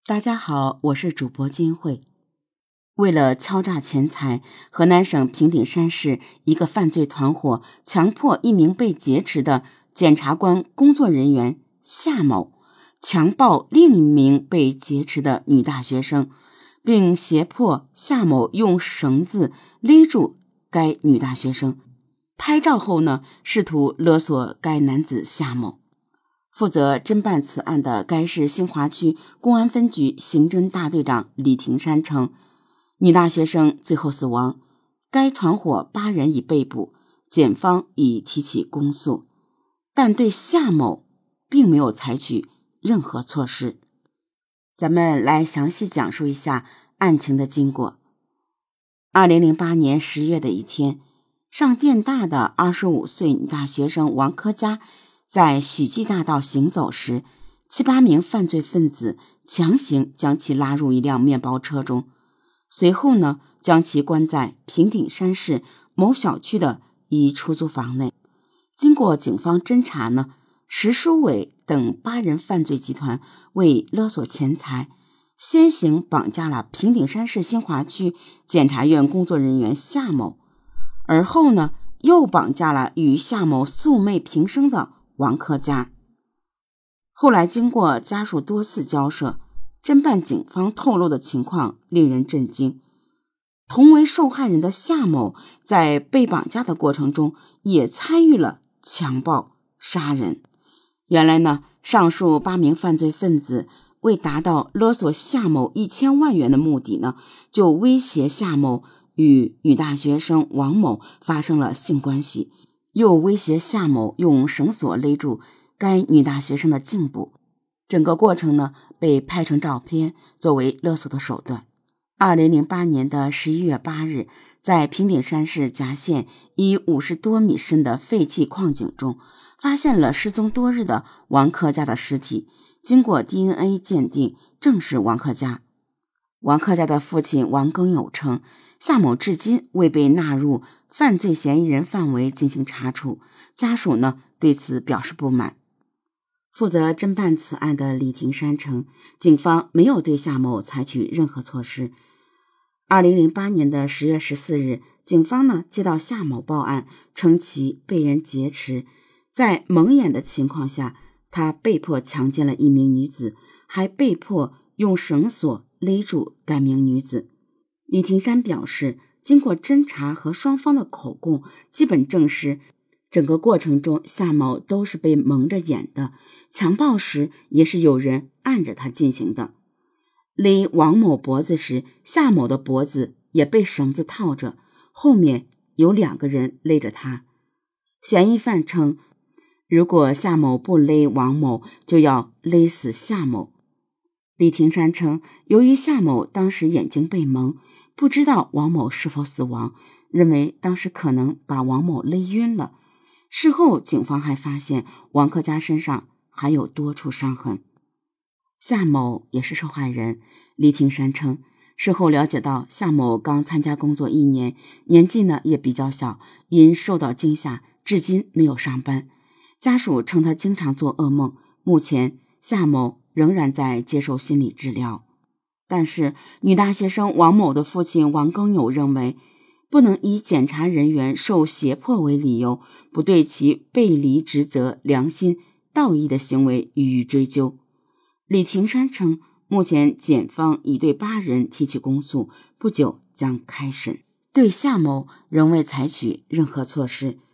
大家好，我是主播金慧。为了敲诈钱财，河南省平顶山市一个犯罪团伙强迫一名被劫持的检察官工作人员夏某强暴另一名被劫持的女大学生，并胁迫夏某用绳子勒住该女大学生。拍照后呢，试图勒索该男子夏某。负责侦办此案的该市兴华区公安分局刑侦大队长李廷山称，女大学生最后死亡，该团伙8人已被捕，检方已提起公诉，但对夏某并没有采取任何措施。咱们来详细讲述一下案情的经过。2008年10月的一天，上电大的25岁女大学生王科佳在许继大道行走时，7、8名犯罪分子强行将其拉入一辆面包车中，随后呢，将其关在平顶山市某小区的一出租房内。经过警方侦查呢，石书伟等8人犯罪集团为勒索钱财，先行绑架了平顶山市兴华区检察院工作人员夏某，而后呢，又绑架了与夏某素昧平生的王科佳。后来经过家属多次交涉，侦办警方透露的情况令人震惊。同为受害人的夏某在被绑架的过程中也参与了强暴杀人。原来呢，上述8名犯罪分子为达到勒索夏某1000万元的目的呢，就威胁夏某与女大学生王某发生了性关系，又威胁夏某用绳索勒住该女大学生的颈部。整个过程呢，被拍成照片作为勒索的手段。2008年的11月8日，在平顶山市翟县一50多米深的废弃矿井中，发现了失踪多日的王科佳的尸体，经过 DNA 鉴定，正是王科佳。王科佳的父亲王庚友称，夏某至今未被纳入犯罪嫌疑人范围进行查处，家属呢对此表示不满。负责侦办此案的李廷山称，警方没有对夏某采取任何措施。2008年的10月14日，警方呢接到夏某报案，称其被人劫持，在蒙眼的情况下，他被迫强奸了一名女子，还被迫用绳索勒住该名女子。李廷山表示，经过侦查和双方的口供，基本证实整个过程中夏某都是被蒙着眼的，强暴时也是有人按着他进行的。勒王某脖子时，夏某的脖子也被绳子套着，后面有2个人勒着他。嫌疑犯称，如果夏某不勒王某，就要勒死夏某。李廷山称，由于夏某当时眼睛被蒙，不知道王某是否死亡，认为当时可能把王某勒晕了。事后警方还发现王科佳身上还有多处伤痕。夏某也是受害人。李廷山称，事后了解到夏某刚参加工作1年，年纪呢也比较小，因受到惊吓至今没有上班。家属称他经常做噩梦，目前夏某仍然在接受心理治疗。但是女大学生王某的父亲王庚友认为，不能以检察人员受胁迫为理由，不对其背离职责、良心、道义的行为予以追究。李廷山称，目前检方已对8人提起公诉，不久将开审，对夏某仍未采取任何措施。